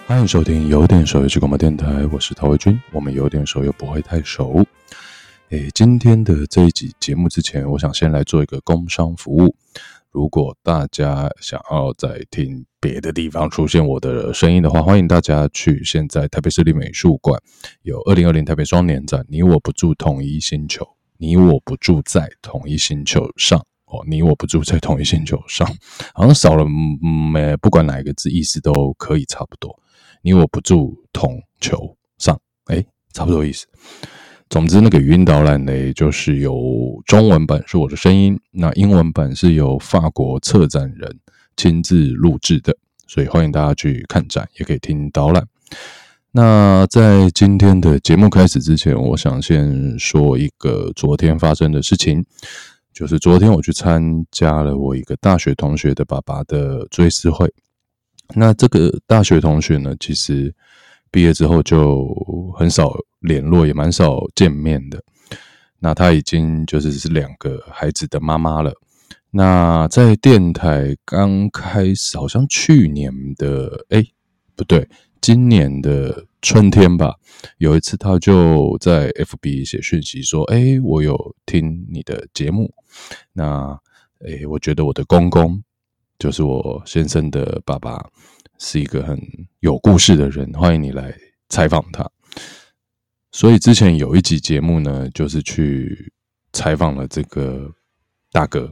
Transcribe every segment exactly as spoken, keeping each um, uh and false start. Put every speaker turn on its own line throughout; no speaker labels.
欢迎收听有点熟游戏广播电台，我是陶维军。我们有点熟又不会太熟。诶，今天的这一集节目之前，我想先来做一个工商服务。如果大家想要在听别的地方出现我的声音的话，欢迎大家去现在台北市立美术馆有二零二零台北双年展，你我不住同一星球，你我不住在同一星球上。哦，你我不住在同一星球上，好像少了嗯，不管哪一个字，意思都可以差不多。你我不住同球上，哎，差不多意思。总之，那个语音导览呢，就是有中文版是我的声音，那英文版是由法国策展人亲自录制的，所以欢迎大家去看展，也可以听导览。那在今天的节目开始之前，我想先说一个昨天发生的事情。就是昨天我去参加了我一个大学同学的爸爸的追思会。那这个大学同学呢，其实毕业之后就很少联络，也蛮少见面的。那他已经就是是两个孩子的妈妈了。那在电台刚开始，好像去年的，哎，不对，今年的春天吧，有一次他就在 F B 写讯息说，哎，我有听你的节目。那诶，我觉得我的公公就是我先生的爸爸，是一个很有故事的人，欢迎你来采访他。所以之前有一集节目呢，就是去采访了这个大哥。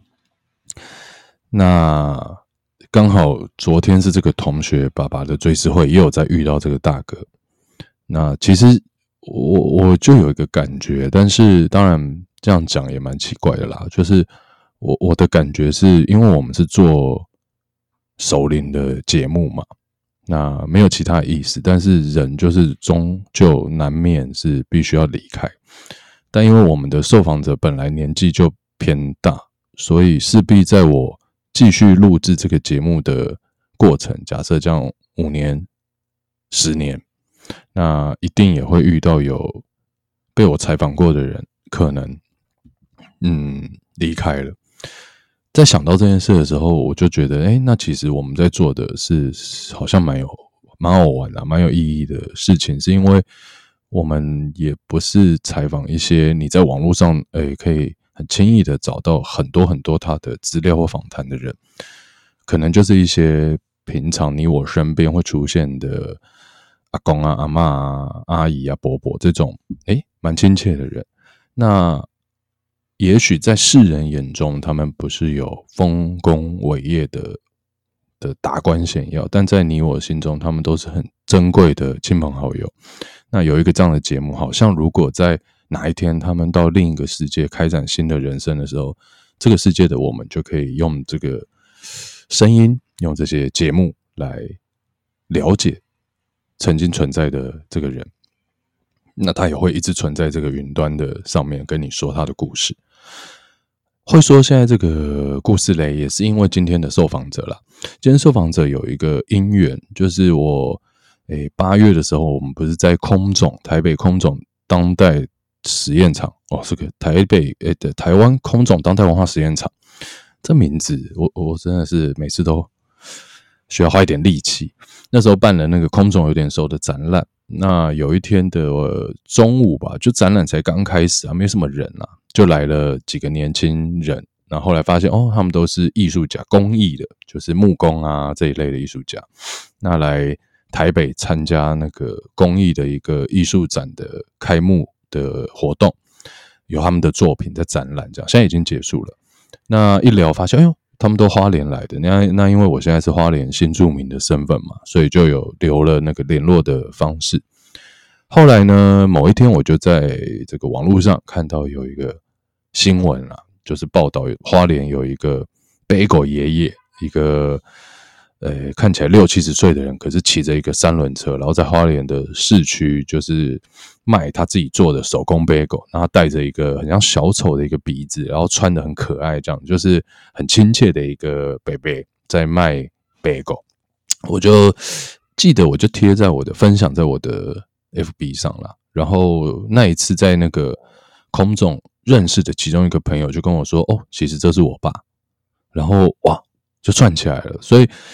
那刚好昨天是这个同学爸爸的追思会，也有在遇到这个大哥。那其实我我就有一个感觉，但是当然这样讲也蛮奇怪的啦，就是我我的感觉是，因为我们是做熟龄的节目嘛，那没有其他意思，但是人就是终究难免是必须要离开。但因为我们的受访者本来年纪就偏大，所以势必在我继续录制这个节目的过程，假设这样五年、十年，那一定也会遇到有被我采访过的人，可能嗯离开了。在想到这件事的时候，我就觉得，哎，那其实我们在做的是好像蛮有蛮好玩的、蛮有意义的事情，是因为我们也不是采访一些你在网络上，哎，可以很轻易的找到很多很多他的资料或访谈的人，可能就是一些平常你我身边会出现的阿公啊、阿嬷啊、阿姨啊、伯伯这种，哎，蛮亲切的人。那也许在世人眼中，他们不是有丰功伟业的的达官显要，但在你我心中，他们都是很珍贵的亲朋好友。那有一个这样的节目，好像如果在哪一天他们到另一个世界开展新的人生的时候，这个世界的我们就可以用这个声音，用这些节目来了解曾经存在的这个人。那他也会一直存在这个云端的上面跟你说他的故事。会说现在这个故事嘞，也是因为今天的受访者啦。今天受访者有一个因缘，就是我诶八月的时候，我们不是在空总台北空总当代实验场哦，这个台北诶的台湾空总当代文化实验场，这名字我我真的是每次都需要花一点力气。那时候办了那个空总有点熟的展览，那有一天的、呃、中午吧，就展览才刚开始啊，没什么人啊，就来了几个年轻人。然后后来发现哦，他们都是艺术家，工艺的，就是木工啊这一类的艺术家。那来台北参加那个工艺的一个艺术展的开幕的活动，有他们的作品在展览，这样现在已经结束了。那一聊发现，哎呦，他们都花莲来的。那那因为我现在是花莲新住民的身份嘛，所以就有留了那个联络的方式。后来呢，某一天我就在这个网络上看到有一个新闻啦，就是报道花莲有一个北狗爷爷，一个呃看起来六七十岁的人，可是骑着一个三轮车，然后在花莲的市区就是卖他自己做的手工北狗，然后带着一个很像小丑的一个鼻子，然后穿得很可爱，这样就是很亲切的一个伯伯在卖北狗。我就记得我就贴在我的分享在我的 F B 上啦，然后那一次在那个空总认识的其中一个朋友就跟我说，哦，其实这是我爸，然后哇就串起来了。所以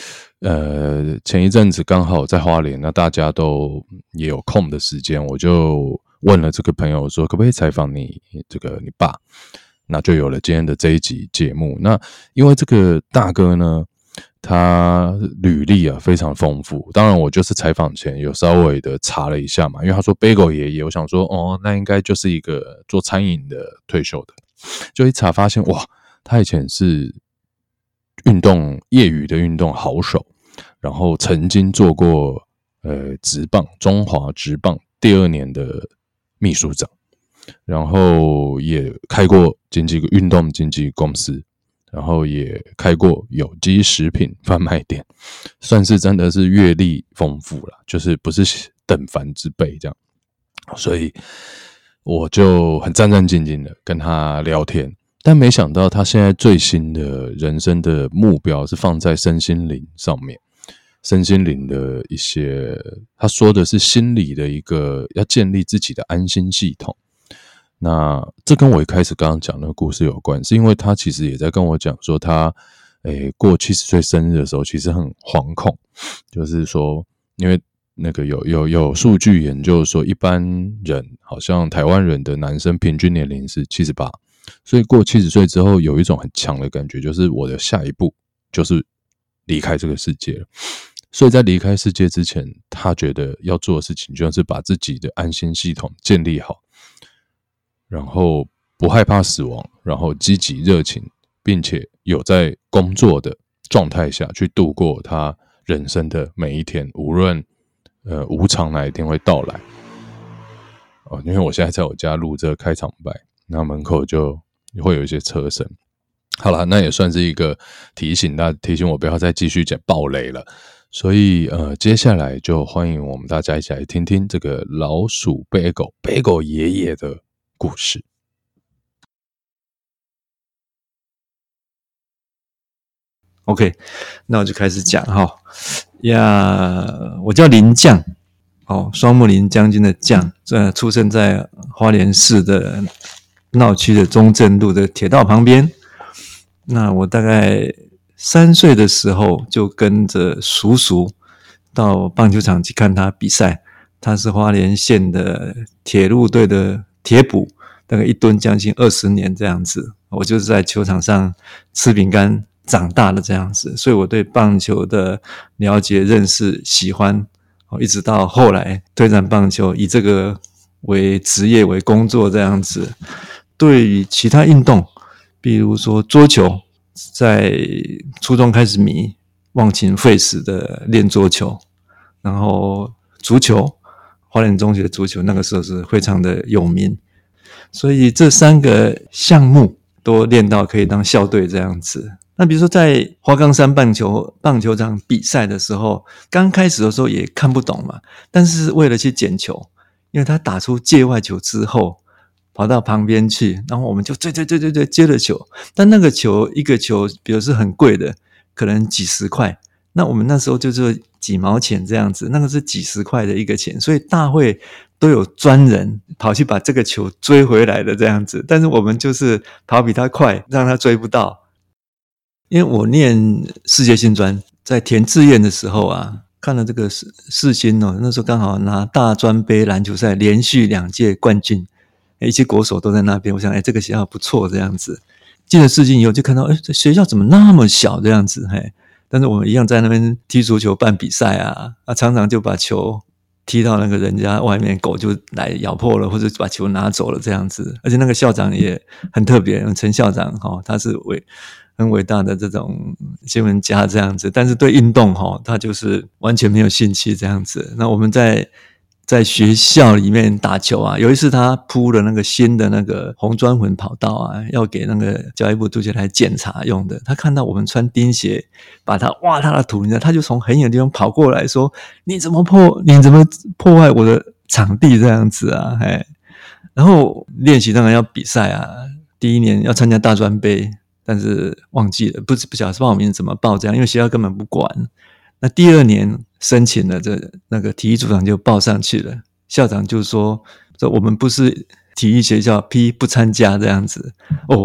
呃，前一阵子刚好在花莲，那大家都也有空的时间，我就问了这个朋友说，可不可以采访你这个你爸？那就有了今天的这一集节目。那因为这个大哥呢，他履历啊非常丰富，当然我就是采访前有稍微的查了一下嘛，因为他说 Bagel 爷爷，我想说哦，那应该就是一个做餐饮的退休的，就一查发现哇，他以前是运动业余的运动好手，然后曾经做过呃职棒中华职棒第二年的秘书长，然后也开过经纪运动经纪公司，然后也开过有机食品贩卖店，算是真的是阅历丰富啦，就是不是等凡之辈这样，所以我就很战战兢兢的跟他聊天。但没想到他现在最新的人生的目标是放在身心灵上面，身心灵的一些，他说的是心理的一个要建立自己的安心系统。那这跟我一开始刚刚讲的故事有关，是因为他其实也在跟我讲说他诶过七十岁生日的时候其实很惶恐，就是说因为那个有有有数据研究说一般人好像台湾人的男生平均年龄是七十八，所以过七十岁之后有一种很强的感觉，就是我的下一步就是离开这个世界了。所以在离开世界之前，他觉得要做的事情就是把自己的安心系统建立好，然后不害怕死亡，然后积极热情，并且有在工作的状态下去度过他人生的每一天，无论呃无常哪一天会到来。哦，因为我现在在我家录这个开场白，那门口就会有一些车声。好了，那也算是一个提醒，大家提醒我不要再继续讲爆雷了。所以呃，接下来就欢迎我们大家一起来听听这个老鼠 Bagel Bagel 爷爷的故事。
OK， 那我就开始讲哈呀。我叫林将，哦，双木林将军的将，这出生在花莲市的闹区的中正路的铁道旁边。那我大概三岁的时候就跟着叔叔到棒球场去看他比赛。他是花莲县的铁路队的铁捕，大概一蹲将近二十年这样子。我就是在球场上吃饼干长大的这样子，所以我对棒球的了解、认识、喜欢，一直到后来推展棒球，以这个为职业、为工作这样子。对于其他运动，比如说桌球，在初中开始迷，忘情废死的练桌球，然后足球，花莲中学的足球那个时候是非常的有名，所以这三个项目都练到可以当校队这样子。那比如说在花岗山棒球棒球场比赛的时候，刚开始的时候也看不懂嘛，但是为了去捡球，因为他打出界外球之后跑到旁边去，然后我们就追追追追追接了球，但那个球一个球比如是很贵的，可能几十块，那我们那时候就是几毛钱这样子，那个是几十块的一个钱，所以大会都有专人跑去把这个球追回来的这样子，但是我们就是跑比他快，让他追不到。因为我念世界新专，在填志愿的时候啊，看了这个世新哦，那时候刚好拿大专杯篮球赛连续两届冠军，一些国手都在那边，我想哎，这个学校不错这样子。进了世新以后就看到，哎，这学校怎么那么小这样子，嘿，但是我们一样在那边踢足球办比赛啊，啊，常常就把球踢到那个人家外面，狗就来咬破了，或者把球拿走了这样子。而且那个校长也很特别，陈校长哈、哦，他是伟很伟大的这种新闻家这样子，但是对运动哈、哦，他就是完全没有兴趣这样子。那我们在在学校里面打球啊，有一次他铺了那个新的那个红砖混跑道啊，要给那个教育部督学来检查用的。他看到我们穿钉鞋，把他挖他的土，他就从很远的地方跑过来说：“你怎么破？你怎么破坏我的场地这样子啊？”嘿，然后练习当然要比赛啊，第一年要参加大专杯，但是忘记了，不不晓得报名怎么报这样，因为学校根本不管。那第二年申请了，这那个体育组长就报上去了，校长就说：“这我们不是体育学校，批不参加这样子。”哦，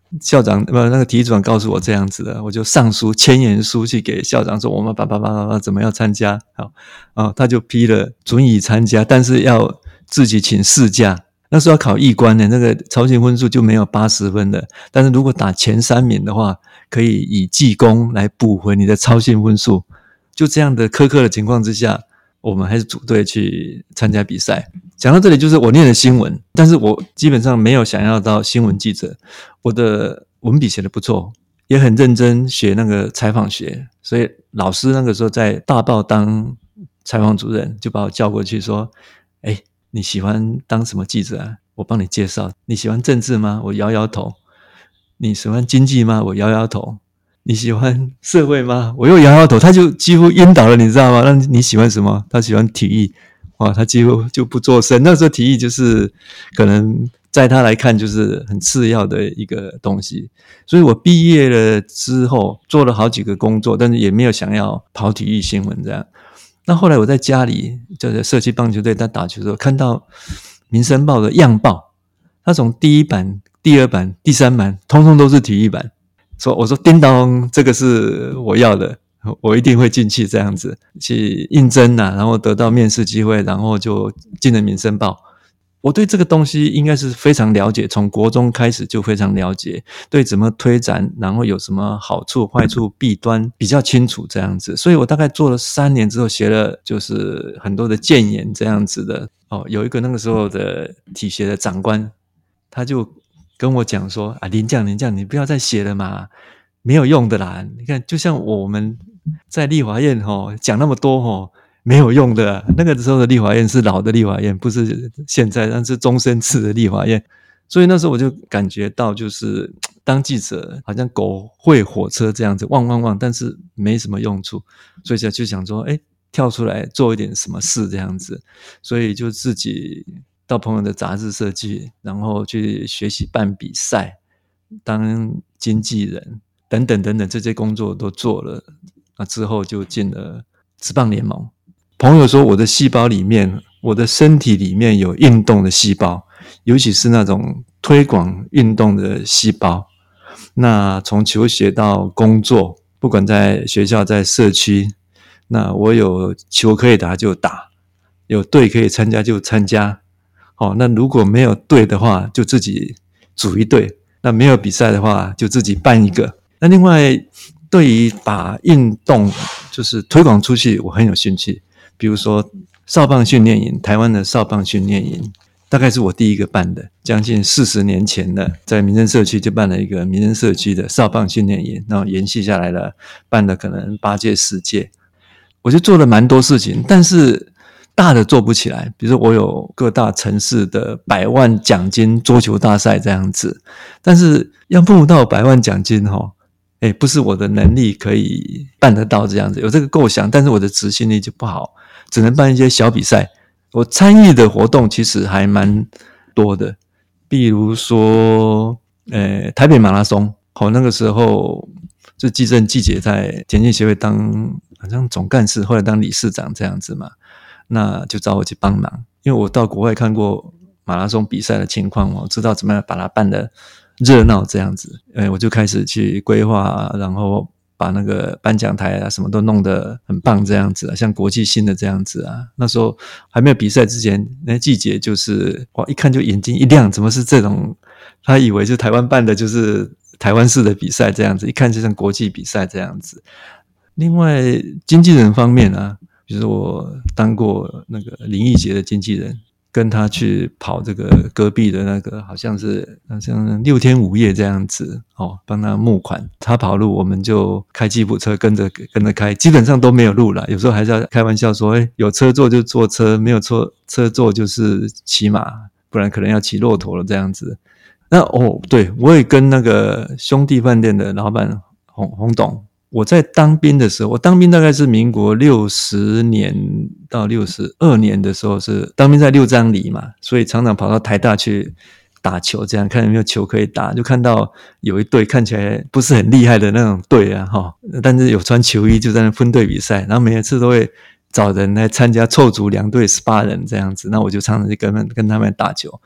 校长不那个体育组长告诉我这样子的，我就上书千言书去给校长说我们爸爸爸爸爸怎么要参加，好啊，他就批了准予参加，但是要自己请事假。那时候要考一官的，那个操行分数就没有八十分的，但是如果打前三名的话，可以以技功来补回你的操行分数。就这样的苛刻的情况之下，我们还是组队去参加比赛。讲到这里，就是我念的新闻，但是我基本上没有想要到新闻记者。我的文笔写得不错，也很认真学那个采访学，所以老师那个时候在大报当采访主任，就把我叫过去说，诶，你喜欢当什么记者啊？我帮你介绍。你喜欢政治吗？我摇摇头。你喜欢经济吗？我摇摇头。你喜欢社会吗？我又摇摇头。他就几乎晕倒了，你知道吗？那你喜欢什么？他喜欢体育。哇，他几乎就不做声。那时候体育就是可能在他来看就是很次要的一个东西。所以我毕业了之后做了好几个工作，但是也没有想要跑体育新闻这样。那后来我在家里就在社区棒球队在打球的时候，看到民生报的样报，他从第一版、第二版、第三版通通都是体育版。说我说叮当，这个是我要的，我一定会进去这样子去应征啊，然后得到面试机会，然后就进了民生报。我对这个东西应该是非常了解，从国中开始就非常了解，对怎么推展，然后有什么好处、坏处、弊端比较清楚这样子。所以我大概做了三年之后，学了就是很多的谏言这样子的。哦，有一个那个时候的体协的长官，他就跟我讲说啊，林将林将，你不要再写了嘛，没有用的啦。你看，就像我们在立法院吼讲那么多吼。没有用的、啊，那个时候的立法院是老的立法院，不是现在，但是终身制的立法院。所以那时候我就感觉到，就是当记者好像狗会火车这样子，汪汪汪，但是没什么用处，所以就想说，哎，跳出来做一点什么事这样子。所以就自己到朋友的杂志社去，然后去学习办比赛，当经纪人等等等等，这些工作都做了。那之后就进了职棒联盟。朋友说我的细胞里面，我的身体里面有运动的细胞，尤其是那种推广运动的细胞。那从求学到工作，不管在学校在社区，那我有球可以打就打，有队可以参加就参加。哦，那如果没有队的话，就自己组一队。那没有比赛的话，就自己办一个。那另外对于把运动就是推广出去，我很有兴趣。比如说少棒训练营，台湾的少棒训练营大概是我第一个办的，将近四十年前的，在民生社区就办了一个民生社区的少棒训练营，然后延续下来了，办了可能八届十届。我就做了蛮多事情，但是大的做不起来。比如说我有各大城市的百万奖金桌球大赛这样子，但是要募到百万奖金齁诶，不是我的能力可以办得到这样子，有这个构想，但是我的执行力就不好，只能办一些小比赛。我参与的活动其实还蛮多的，比如说呃台北马拉松，好，那个时候就季正季姐在田径协会当好像总干事，后来当理事长这样子嘛，那就找我去帮忙，因为我到国外看过马拉松比赛的情况，我知道怎么样把它办得热闹这样子，呃，我就开始去规划，然后把那个颁奖台啊什么都弄得很棒这样子啊，像国际新的这样子啊。那时候还没有比赛之前，那季节就是哇，一看就眼睛一亮，怎么是这种？他以为就台湾办的就是台湾式的比赛这样子，一看就像国际比赛这样子。另外经纪人方面啊，比如说我当过那个林奕杰的经纪人。跟他去跑这个戈壁的那个好像是好像六天五夜这样子哦，帮他募款，他跑路我们就开吉普车跟着跟着开，基本上都没有路了，有时候还是要开玩笑说，诶，有车坐就坐车，没有车车坐就是骑马，不然可能要骑骆驼了这样子。那哦，对，我也跟那个兄弟饭店的老板洪洪董。我在当兵的时候，我当兵大概是民国六十年到六十二年的时候，是当兵在六张犁嘛，所以常常跑到台大去打球，这样看有没有球可以打，就看到有一队看起来不是很厉害的那种队啊，但是有穿球衣，就在那分队比赛，然后每一次都会找人来参加，凑组两队十八人这样子，那我就常常去跟他们跟他们打球。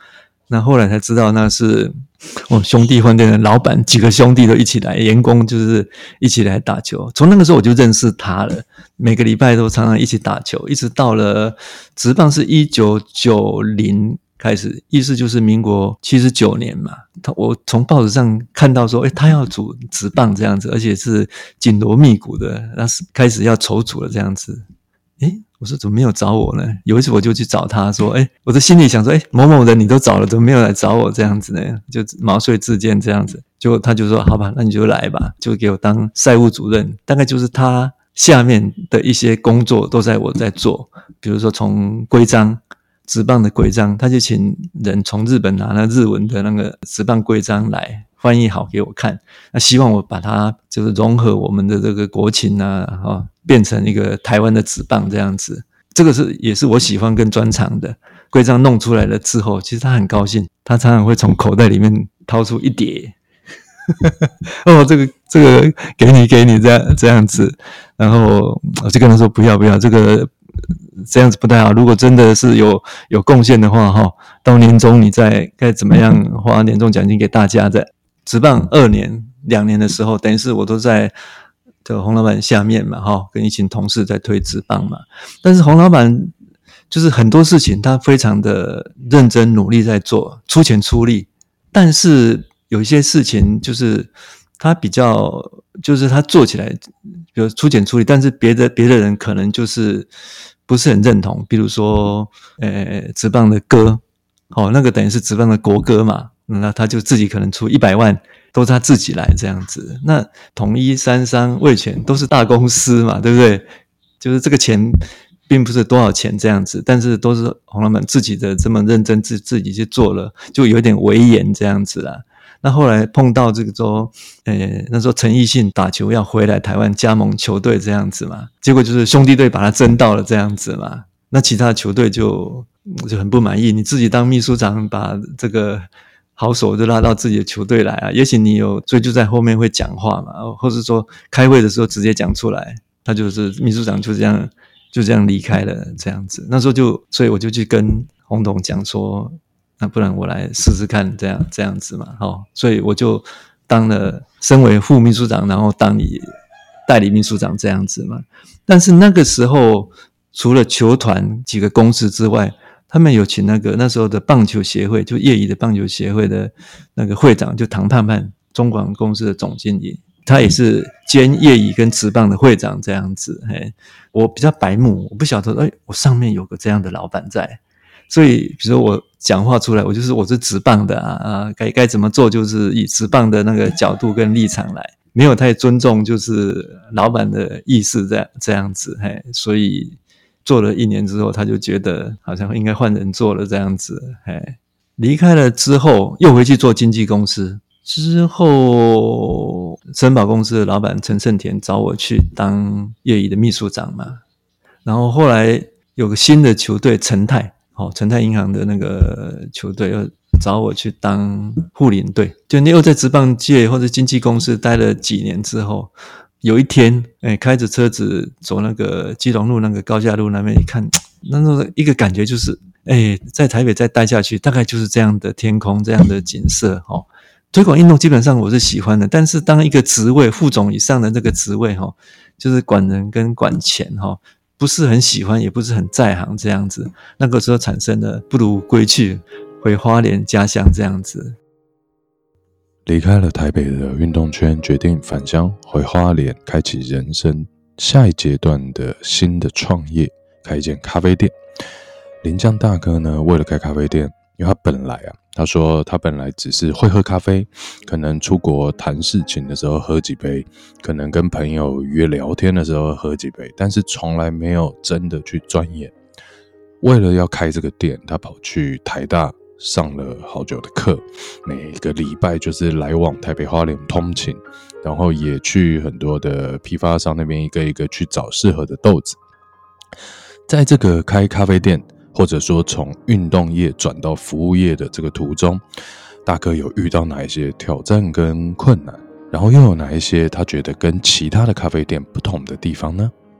那后来才知道那是我们兄弟饭店的老板，几个兄弟都一起来，员工就是一起来打球。从那个时候我就认识他了，每个礼拜都常常一起打球，一直到了职棒是一九九零开始，意思就是民国七十九年嘛。他我从报纸上看到说，诶，他要组职棒这样子，而且是紧锣密鼓的，那是开始要筹组了这样子。诶，我说怎么没有找我呢？有一次我就去找他说，诶，我的心里想说，诶，某某人你都找了，怎么没有来找我这样子呢？就毛遂自荐这样子。结果他就说，好吧，那你就来吧，就给我当赛务主任。大概就是他下面的一些工作都在我在做，比如说从规章职棒的规章，他就请人从日本拿那日文的那个职棒规章来翻译好给我看，那希望我把它就是融合我们的这个国情啊，哦，变成一个台湾的职棒这样子。这个是也是我喜欢跟专长的。规章弄出来了之后，其实他很高兴，他常常会从口袋里面掏出一叠哦，这个这个给你给你这样这样子，然后我就跟他说不要不要，这个这样子不太好。如果真的是有有贡献的话，哈，到年终你再该怎么样花年终奖金给大家的。职棒二年两年的时候，等于是我都在这个洪老板下面嘛，哈，跟一群同事在推职棒嘛。但是洪老板就是很多事情他非常的认真努力在做，出钱出力，但是有一些事情就是他比较就是他做起来比如出钱出力，但是别的别的人可能就是不是很认同。比如说呃职棒的歌，哦，那个等于是职棒的国歌嘛，那他就自己可能出一百万都是他自己来这样子。那统一、三商、味全都是大公司嘛，对不对？就是这个钱并不是多少钱这样子，但是都是洪老板自己的这么认真自自己去做了，就有点微言这样子啦。那后来碰到这个说，呃，那时候陈奕迅打球要回来台湾加盟球队这样子嘛，结果就是兄弟队把他争到了这样子嘛。那其他的球队就就很不满意，你自己当秘书长把这个好手就拉到自己的球队来啊，也许你有追就在后面会讲话嘛，或者说开会的时候直接讲出来，他就是秘书长就这样就这样离开了这样子。那时候就所以我就去跟洪董讲说，那不然我来试试看这样这样子嘛，哦，所以我就当了身为副秘书长，然后当你代理秘书长这样子嘛。但是那个时候除了球团几个公司之外，他们有请那个那时候的棒球协会，就业余的棒球协会的那个会长，就唐盼盼，中广公司的总经理，他也是兼业余跟职棒的会长这样子。嘿，我比较白目，我不晓得，哎，我上面有个这样的老板在，所以比如说我讲话出来，我就是我是职棒的啊啊，该该怎么做就是以职棒的那个角度跟立场来，没有太尊重就是老板的意思这样这样子。嘿，所以做了一年之后，他就觉得好像应该换人做了这样子。嘿，离开了之后又回去做经纪公司，之后森宝公司的老板陈胜田找我去当业余的秘书长嘛，然后后来有个新的球队陈泰，哦，陈泰银行的那个球队又找我去当护领队，就你又在职棒界或者经纪公司待了几年之后，有一天，哎，开着车子走那个基隆路那个高架路那边一看，那种一个感觉就是，哎，在台北再待下去，大概就是这样的天空，这样的景色。哦，推广运动基本上我是喜欢的，但是当一个职位副总以上的这个职位，哈，就是管人跟管钱，哈，不是很喜欢，也不是很在行这样子。那个时候产生了不如归去，回花莲家乡这样子。
离开了台北的运动圈，决定返乡回花莲，开启人生下一阶段的新的创业，开一间咖啡店。林将大哥呢，为了开咖啡店，因为他本来啊，他说他本来只是会喝咖啡，可能出国谈事情的时候喝几杯，可能跟朋友约聊天的时候喝几杯，但是从来没有真的去钻研。为了要开这个店，他跑去台大上了好久的课，每个礼拜就是来往台北花莲通勤，然后也去很多的批发商那边一个一个去找适合的豆子。在这个开咖啡店，或者说从运动业转到服务业的这个途中，大哥有遇到哪一些挑战跟困难，然后又有哪一些他觉得跟其他的咖啡店不同的地方呢？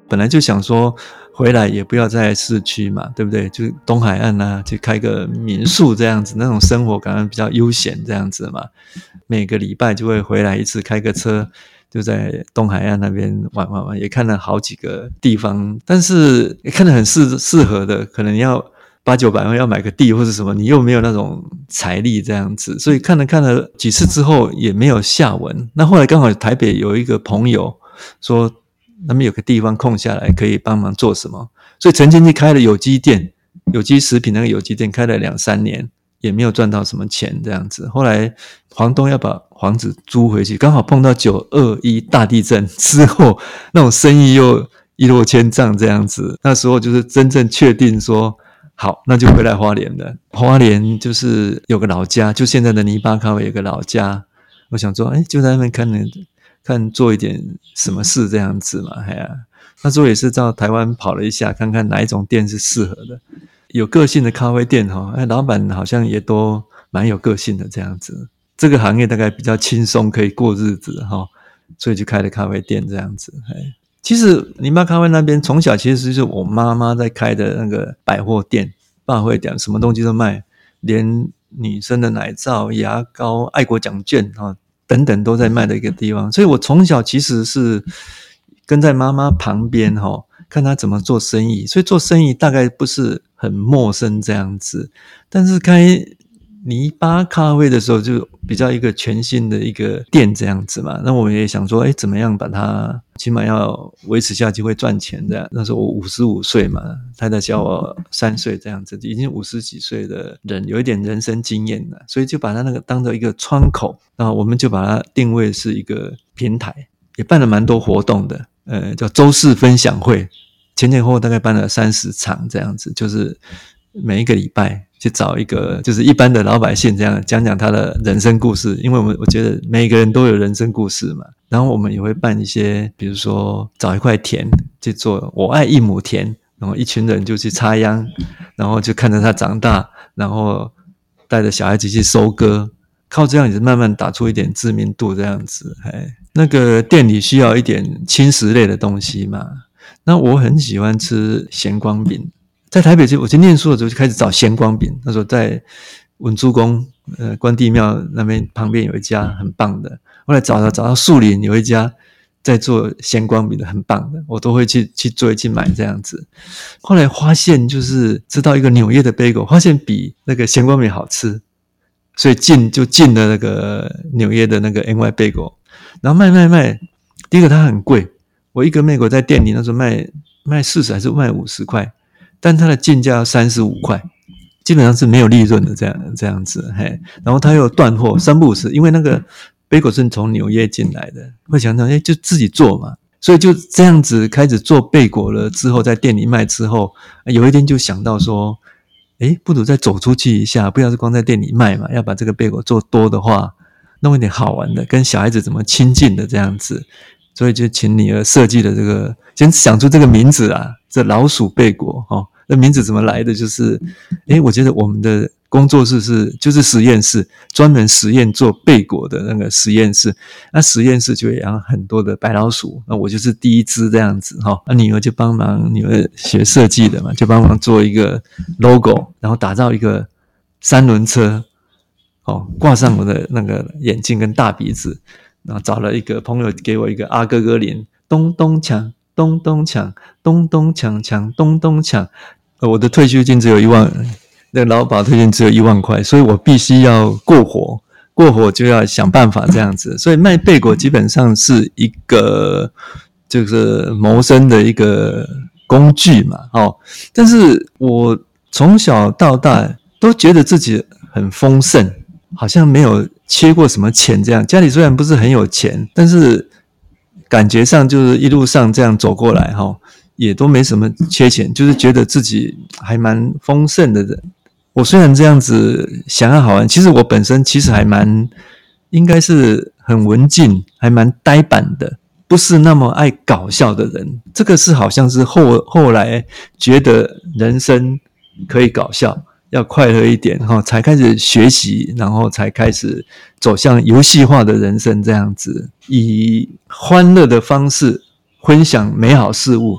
本来就想说回来也不要在市区嘛，对不对？就东海岸啊，去开个民宿这样子，那种生活感觉比较悠闲这样子嘛。每个礼拜就会回来一次，开个车就在东海岸那边玩玩玩，也看了好几个地方，但是也看得很适适合的，可能要八九百万要买个地或者什么，你又没有那种财力这样子，所以看了看了几次之后也没有下文。那后来刚好台北有一个朋友说那边有个地方空下来可以帮忙做什么，所以曾经去开了有机店，有机食品那个有机店开了两三年，也没有赚到什么钱这样子。后来房东要把房子租回去，刚好碰到九二一大地震之后，那种生意又一落千丈这样子。那时候就是真正确定说好，那就回来花莲了。花莲就是有个老家，就现在的泥巴咖啡有个老家，我想说，哎，就在那边看看做一点什么事这样子嘛。哎呀，那时候也是到台湾跑了一下，看看哪一种店是适合的。有个性的咖啡店哈，哎，老板好像也都蛮有个性的这样子。这个行业大概比较轻松，可以过日子哈，所以就开了咖啡店这样子。哎。其实泥巴咖啡那边从小其实是我妈妈在开的那个百货店，百货店什么东西都卖，连女生的奶皂、牙膏、爱国奖券啊等等都在卖的一个地方。所以我从小其实是跟在妈妈旁边哈，看她怎么做生意，所以做生意大概不是很陌生这样子。但是开泥巴咖啡的时候就比较一个全新的一个店这样子嘛，那我们也想说诶怎么样把它起码要维持下去会赚钱这样。那时候我五十五岁嘛，太太小我三岁这样子，已经五十几岁的人，有一点人生经验了，所以就把它那个当做一个窗口，然后我们就把它定位是一个平台，也办了蛮多活动的，呃，叫周四分享会，前前后后大概办了三十场这样子，就是每一个礼拜去找一个就是一般的老百姓这样讲讲他的人生故事，因为我们我觉得每个人都有人生故事嘛。然后我们也会办一些比如说找一块田去做我爱一亩田，然后一群人就去插秧，然后就看着他长大，然后带着小孩子去收割，靠这样也是慢慢打出一点知名度这样子。哎，那个店里需要一点轻食类的东西嘛，那我很喜欢吃咸光饼，在台北我去念书的时候就开始找咸光饼，那时候在文殊宫呃关帝庙那边旁边有一家很棒的，后来找到找到树林有一家在做咸光饼的很棒的，我都会去去追去买这样子。后来发现就是知道一个纽约的 bagel， 发现比那个咸光饼好吃，所以进就进了那个纽约的那个 N Y bagel， 然后卖卖卖，第一个它很贵，我一个 bagel 在店里那时候卖卖四十还是卖五十块，但它的进价要三十五块，基本上是没有利润的这样这样子。嘿，然后它又有断货，三不五时，因为那个 bagel 是从纽约进来的，会想想诶就自己做嘛，所以就这样子开始做贝果了。之后在店里卖之后，有一天就想到说诶不如再走出去一下，不要是光在店里卖嘛，要把这个贝果做多的话，弄一点好玩的，跟小孩子怎么亲近的这样子。所以就请女儿设计了这个，先想出这个名字啊，这老鼠贝果哦，那名字怎么来的？就是诶我觉得我们的工作室是就是实验室，专门实验做贝果的那个实验室。那实验室就会养很多的白老鼠，那我就是第一只这样子哈。那女儿就帮忙，女儿学设计的嘛，就帮忙做一个 logo， 然后打造一个三轮车，哦，挂上我的那个眼镜跟大鼻子。然后找了一个朋友给我一个阿哥哥铃，咚咚锵，咚咚锵，咚咚锵锵，咚咚锵。呃，我的退休金只有一万，那个劳保退休金只有一万块，所以我必须要过活，过活就要想办法这样子。所以卖贝果基本上是一个就是谋生的一个工具嘛，哦。但是我从小到大都觉得自己很丰盛，好像没有缺过什么钱这样，家里虽然不是很有钱，但是感觉上就是一路上这样走过来齁，也都没什么缺钱，就是觉得自己还蛮丰盛的人。我虽然这样子想要好玩，其实我本身其实还蛮应该是很文静，还蛮呆板的，不是那么爱搞笑的人。这个是好像是后后来觉得人生可以搞笑，要快乐一点齁，才开始学习，然后才开始走向游戏化的人生这样子，以欢乐的方式分享美好事物，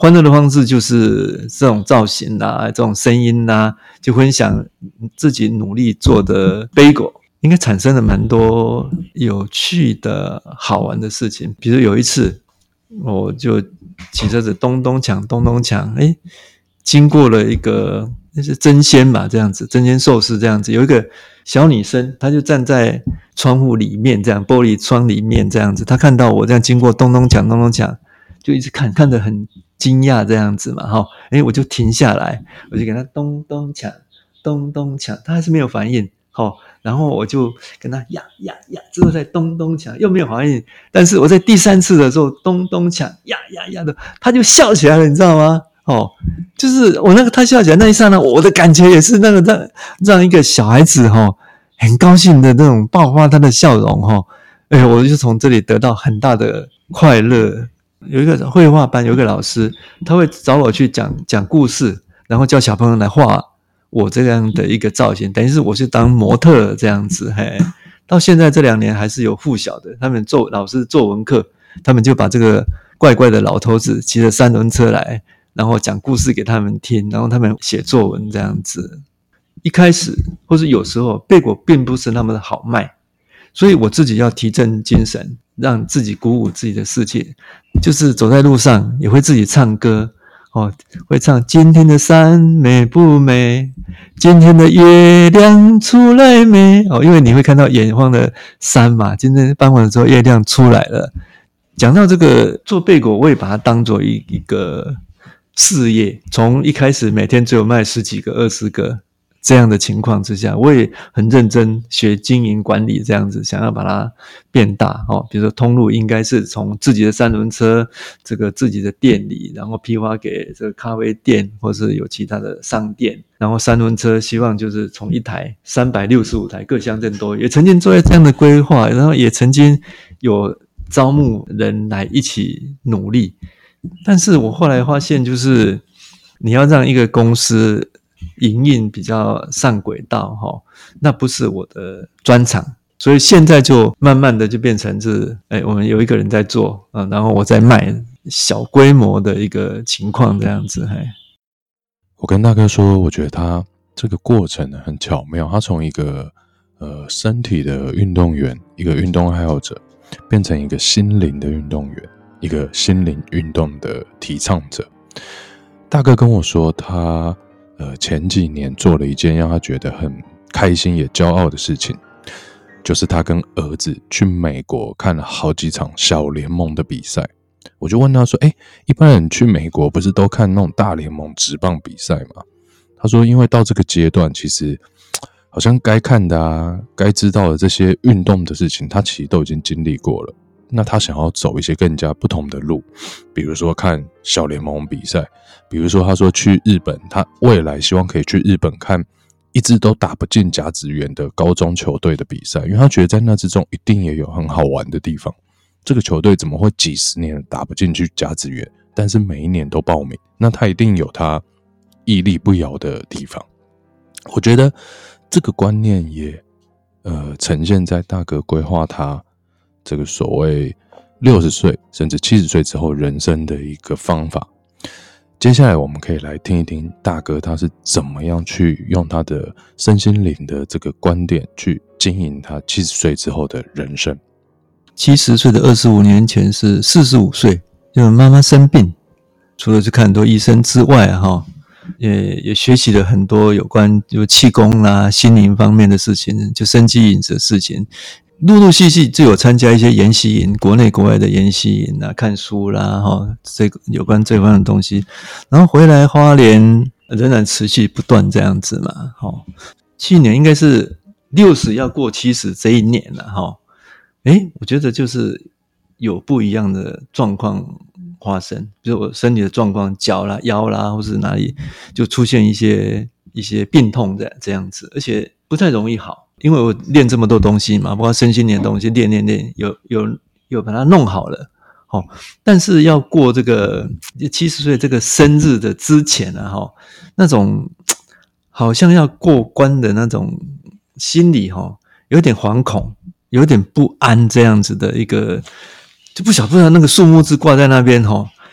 欢乐的方式就是这种造型啦，这种声音啦，就分享自己努力做的bagel，应该产生了蛮多有趣的好玩的事情。比如有一次我就骑车子咚咚锵咚咚锵，诶经过了一个那是真鲜吧，这样子真鲜寿司这样子，有一个小女生，她就站在窗户里面这样，玻璃窗里面这样子，她看到我这样经过咚咚锵咚咚锵，就一直看看得很惊讶这样子嘛，齁，诶我就停下来，我就给她咚咚锵咚咚锵，她还是没有反应，齁，然后我就跟她呀呀呀，之后再咚咚锵，又没有反应，但是我在第三次的时候咚咚锵呀呀呀的，她就笑起来了，你知道吗？哦，就是我那个她笑起来那一刹那，我的感觉也是那个让让一个小孩子齁很高兴的那种爆发他的笑容齁，哎，我就从这里得到很大的快乐。有一个绘画班，有一个老师，他会找我去讲讲故事，然后叫小朋友来画我这样的一个造型，等于是我是当模特这样子。嘿，到现在这两年还是有附小的，他们做老师作文课，他们就把这个怪怪的老头子骑着三轮车来，然后讲故事给他们听，然后他们写作文这样子。一开始或是有时候贝果并不是那么的好卖，所以我自己要提振精神，让自己鼓舞自己的士气，就是走在路上也会自己唱歌哦，会唱今天的山美不美，今天的月亮出来没哦，因为你会看到远方的山嘛，今天傍晚的时候月亮出来了。讲到这个做贝果，我也把它当作一一个事业，从一开始每天只有卖十几个二十个这样的情况之下，我也很认真学经营管理这样子，想要把它变大哦。比如说通路应该是从自己的三轮车，这个自己的店里，然后批发给这个咖啡店或是有其他的商店，然后三轮车希望就是从一台三百六十五台各乡镇都有，也曾经做这样的规划，然后也曾经有招募人来一起努力。但是我后来发现，就是你要让一个公司营运比较上轨道齁，那不是我的专长，所以现在就慢慢的就变成是，哎，我们有一个人在做啊，然后我在卖小规模的一个情况这样子。嘿，
我跟大哥说，我觉得他这个过程呢很巧妙，他从一个呃身体的运动员，一个运动爱好者，变成一个心灵的运动员，一个心灵运动的提倡者。大哥跟我说，他呃前几年做了一件让他觉得很开心也骄傲的事情，就是他跟儿子去美国看了好几场小联盟的比赛。我就问他说，诶，一般人去美国不是都看那种大联盟职棒比赛吗？他说因为到这个阶段，其实好像该看的啊，该知道的这些运动的事情，他其实都已经经历过了。那他想要走一些更加不同的路，比如说看小联盟比赛，比如说他说去日本，他未来希望可以去日本看一直都打不进甲子园的高中球队的比赛，因为他觉得在那之中一定也有很好玩的地方。这个球队怎么会几十年打不进去甲子园，但是每一年都报名？那他一定有他屹立不摇的地方。我觉得这个观念也呃呈现在大哥规划他这个所谓六十岁甚至七十岁之后人生的一个方法。接下来我们可以来听一听大哥他是怎么样去用他的身心灵的这个观点去经营他七十岁之后的人生。
七十岁的二十五年前是四十五岁，就妈妈生病，除了去看很多医生之外哈，也也学习了很多有关就气功啦、心灵方面的事情，就生机饮食的事情。陆陆续续就有参加一些研习营，国内国外的研习营啊，看书啦哈，这个有关这方面的东西。然后回来花莲仍然持续不断这样子嘛，哈。去年应该是六十要过七十这一年了哈。诶，我觉得就是有不一样的状况发生，比如我身体的状况，脚啦、腰啦，或是哪里就出现一些一些病痛的这样子，而且不太容易好，因为我练这么多东西嘛，包括身心灵的东西，练练练，有有有把它弄好了，哦，但是要过这个七十岁这个生日的之前啊，哈，那种好像要过关的那种心理哈，有点惶恐。有点不安这样子的一个，就不晓不知道那个数目字挂在那边齁，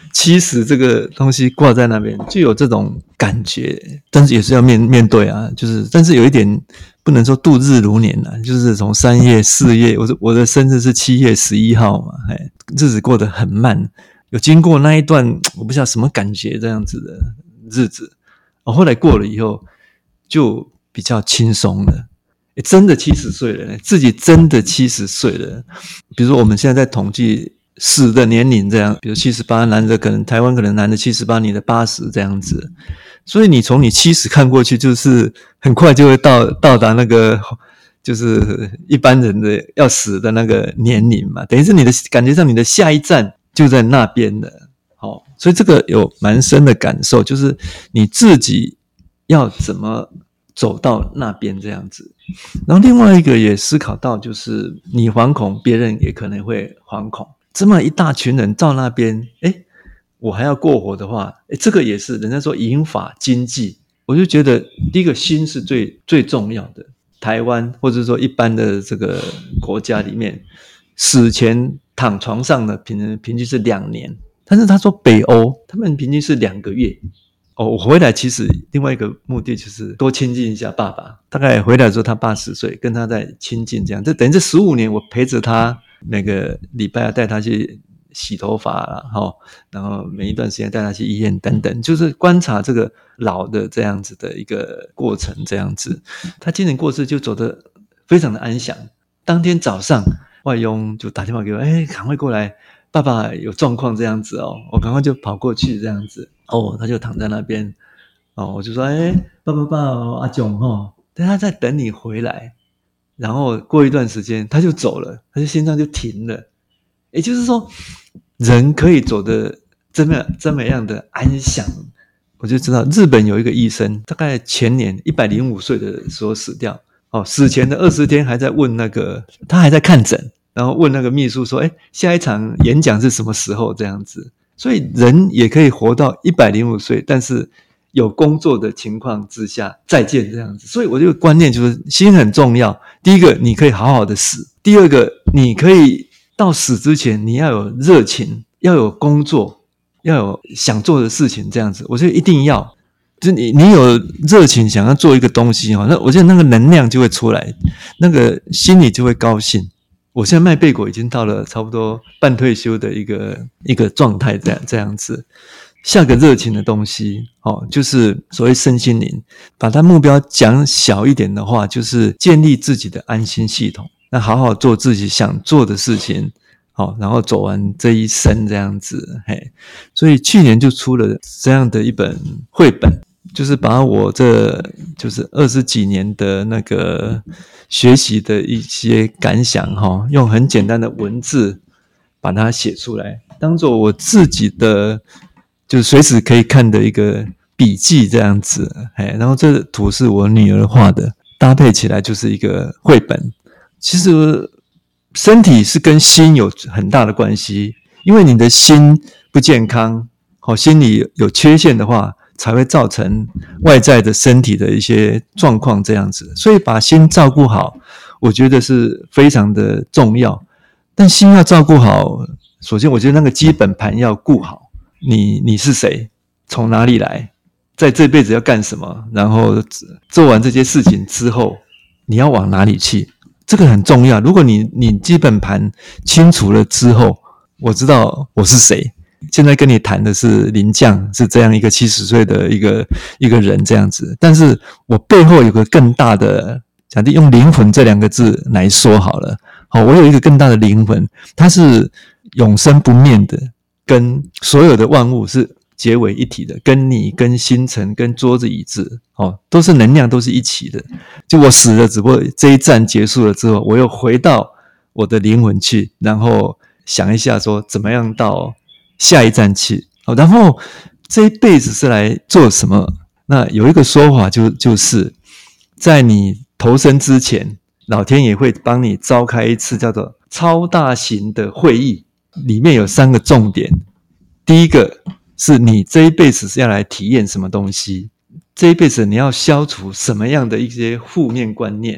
七十这个东西挂在那边，就有这种感觉，但是也是要面面对啊，就是但是有一点不能说度日如年啊，就是从三月四月，我我的生日是七月十一号嘛，哎，日子过得很慢，有经过那一段我不知道什么感觉这样子的日子，哦，后来过了以后就比较轻松了。真的七十岁了，自己真的七十岁了。比如说我们现在在统计死的年龄这样，比如七十八，男的可能台湾可能男的七十八，女的八十这样子。所以你从你七十看过去，就是很快就会到到达那个就是一般人的要死的那个年龄嘛，等于是你的感觉上你的下一站就在那边了。好，所以这个有蛮深的感受，就是你自己要怎么走到那边这样子。然后另外一个也思考到，就是你惶恐，别人也可能会惶恐。这么一大群人到那边，诶，我还要过活的话，诶，这个也是人家说引法经济，我就觉得第一个心是最最重要的。台湾或者说一般的这个国家里面，死前躺床上的平平均是两年，但是他说北欧他们平均是两个月。哦，我回来其实另外一个目的就是多亲近一下爸爸。大概回来的时候他八十岁，跟他在亲近这样，这等于这十五年我陪着他，每个礼拜要带他去洗头发啦，齁，然后每一段时间带他去医院等等，就是观察这个老的这样子的一个过程这样子。他今年过世就走得非常的安详。当天早上外佣就打电话给我，哎，赶快过来，爸爸有状况这样子哦，我赶快就跑过去这样子。哦，他就躺在那边，哦，我就说，哎，爸爸爸，阿炯哦，但他在等你回来。然后过一段时间他就走了，他就心脏就停了。也就是说，人可以走得这么这么样的安详。我就知道日本有一个医生，大概前年一百零五岁的时候死掉，哦，死前的二十天还在问那个，他还在看诊，然后问那个秘书说，哎，下一场演讲是什么时候这样子。所以人也可以活到一百零五岁，但是有工作的情况之下再见这样子。所以我这个观念就是心很重要。第一个，你可以好好的死；第二个，你可以到死之前你要有热情，要有工作，要有想做的事情这样子。我觉得一定要，就是你你有热情想要做一个东西，那我觉得那个能量就会出来，那个心里就会高兴。我现在卖贝果已经到了差不多半退休的一个一个状态，这样这样子。下个热情的东西，哦，就是所谓身心灵。把它目标讲小一点的话，就是建立自己的安心系统，那好好做自己想做的事情，好，然后走完这一生这样子。嘿，所以去年就出了这样的一本绘本。就是把我这就是二十几年的那个学习的一些感想哈，用很简单的文字把它写出来，当做我自己的就随时可以看的一个笔记这样子。哎，然后这图是我女儿画的，搭配起来就是一个绘本。其实身体是跟心有很大的关系，因为你的心不健康，好，心理有缺陷的话，才会造成外在的身体的一些状况这样子。所以把心照顾好，我觉得是非常的重要。但心要照顾好，首先我觉得那个基本盘要顾好。你你是谁？从哪里来？在这辈子要干什么？然后做完这些事情之后，你要往哪里去？这个很重要。如果你你基本盘清楚了之后，我知道我是谁。现在跟你谈的是林将，是这样一个七十岁的一个一个人这样子，但是我背后有个更大的，假定用灵魂这两个字来说好了，好，我有一个更大的灵魂，它是永生不灭的，跟所有的万物是结为一体的，跟你跟星辰跟桌子椅子，哦，都是能量，都是一起的。就我死了，只不过这一站结束了之后，我又回到我的灵魂去，然后想一下说怎么样到下一站去，然后这一辈子是来做什么？那有一个说法就就是在你投生之前，老天爷会帮你召开一次叫做超大型的会议，里面有三个重点。第一个是你这一辈子是要来体验什么东西，这一辈子你要消除什么样的一些负面观念，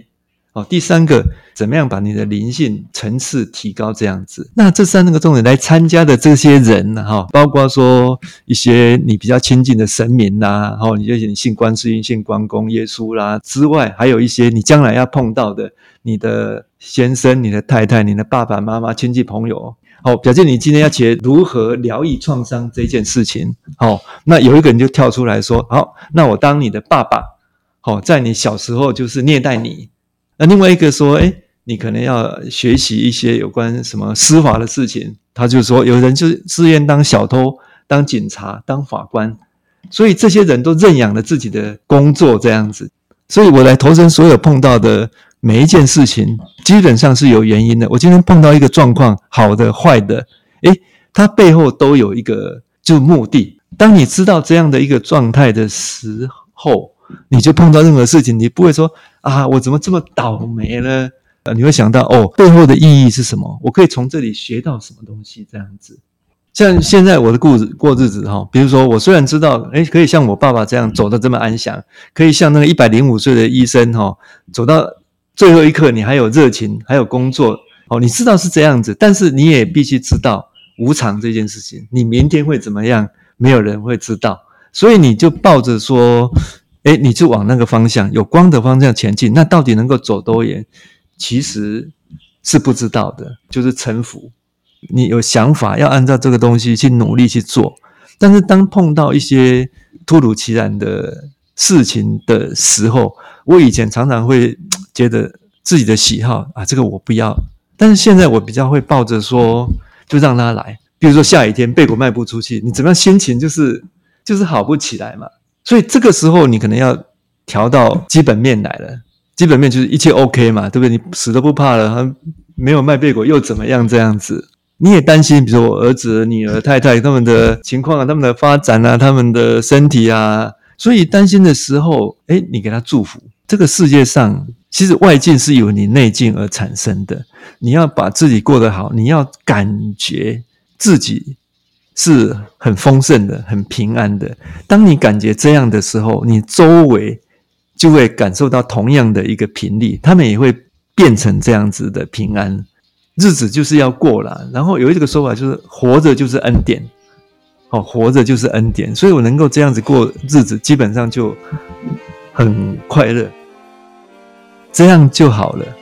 哦，第三个，怎么样把你的灵性层次提高这样子。那这三个重点来参加的这些人哈、哦，包括说一些你比较亲近的神明啦，哦，你就你信观世音、信关公、耶稣啦之外，还有一些你将来要碰到的，你的先生、你的太太、你的爸爸妈妈、亲戚朋友。好，表示你今天要写如何疗愈创伤这件事情。好，那有一个人就跳出来说，好，那我当你的爸爸，好，在你小时候就是虐待你。那另外一个说，诶，你可能要学习一些有关什么司法的事情。他就说，有人就是自愿当小偷、当警察、当法官，所以这些人都认养了自己的工作这样子。所以我来投身所有碰到的每一件事情，基本上是有原因的。我今天碰到一个状况，好的、坏的，诶，它背后都有一个就目的。当你知道这样的一个状态的时候，你就碰到任何事情，你不会说啊，我怎么这么倒霉呢？呃，你会想到哦，背后的意义是什么？我可以从这里学到什么东西？这样子，像现在我的过日过日子哈，比如说我虽然知道，诶，可以像我爸爸这样走得这么安详，可以像那个一百零五岁的医生哈，走到最后一刻，你还有热情，还有工作哦，你知道是这样子，但是你也必须知道无常这件事情，你明天会怎么样，没有人会知道，所以你就抱着说。诶，你就往那个方向，有光的方向前进，那到底能够走多远，其实是不知道的，就是臣服。你有想法要按照这个东西去努力去做，但是当碰到一些突如其来的事情的时候，我以前常常会觉得自己的喜好啊，这个我不要，但是现在我比较会抱着说，就让它来。比如说下雨天贝果卖不出去，你怎么样心情就是就是好不起来嘛。所以这个时候你可能要调到基本面来了，基本面就是一切 OK 嘛，对不对？你死都不怕了，没有卖贝果又怎么样这样子？你也担心，比如说我儿子、女儿、太太他们的情况啊，他们的发展啊，他们的身体啊，所以担心的时候，诶，你给他祝福。这个世界上其实外境是由你内境而产生的，你要把自己过得好，你要感觉自己是很丰盛的，很平安的。当你感觉这样的时候，你周围就会感受到同样的一个频率，他们也会变成这样子的平安。日子就是要过啦，然后有一个说法就是活着就是恩典，哦，活着就是恩典，所以我能够这样子过日子，基本上就很快乐，这样就好了。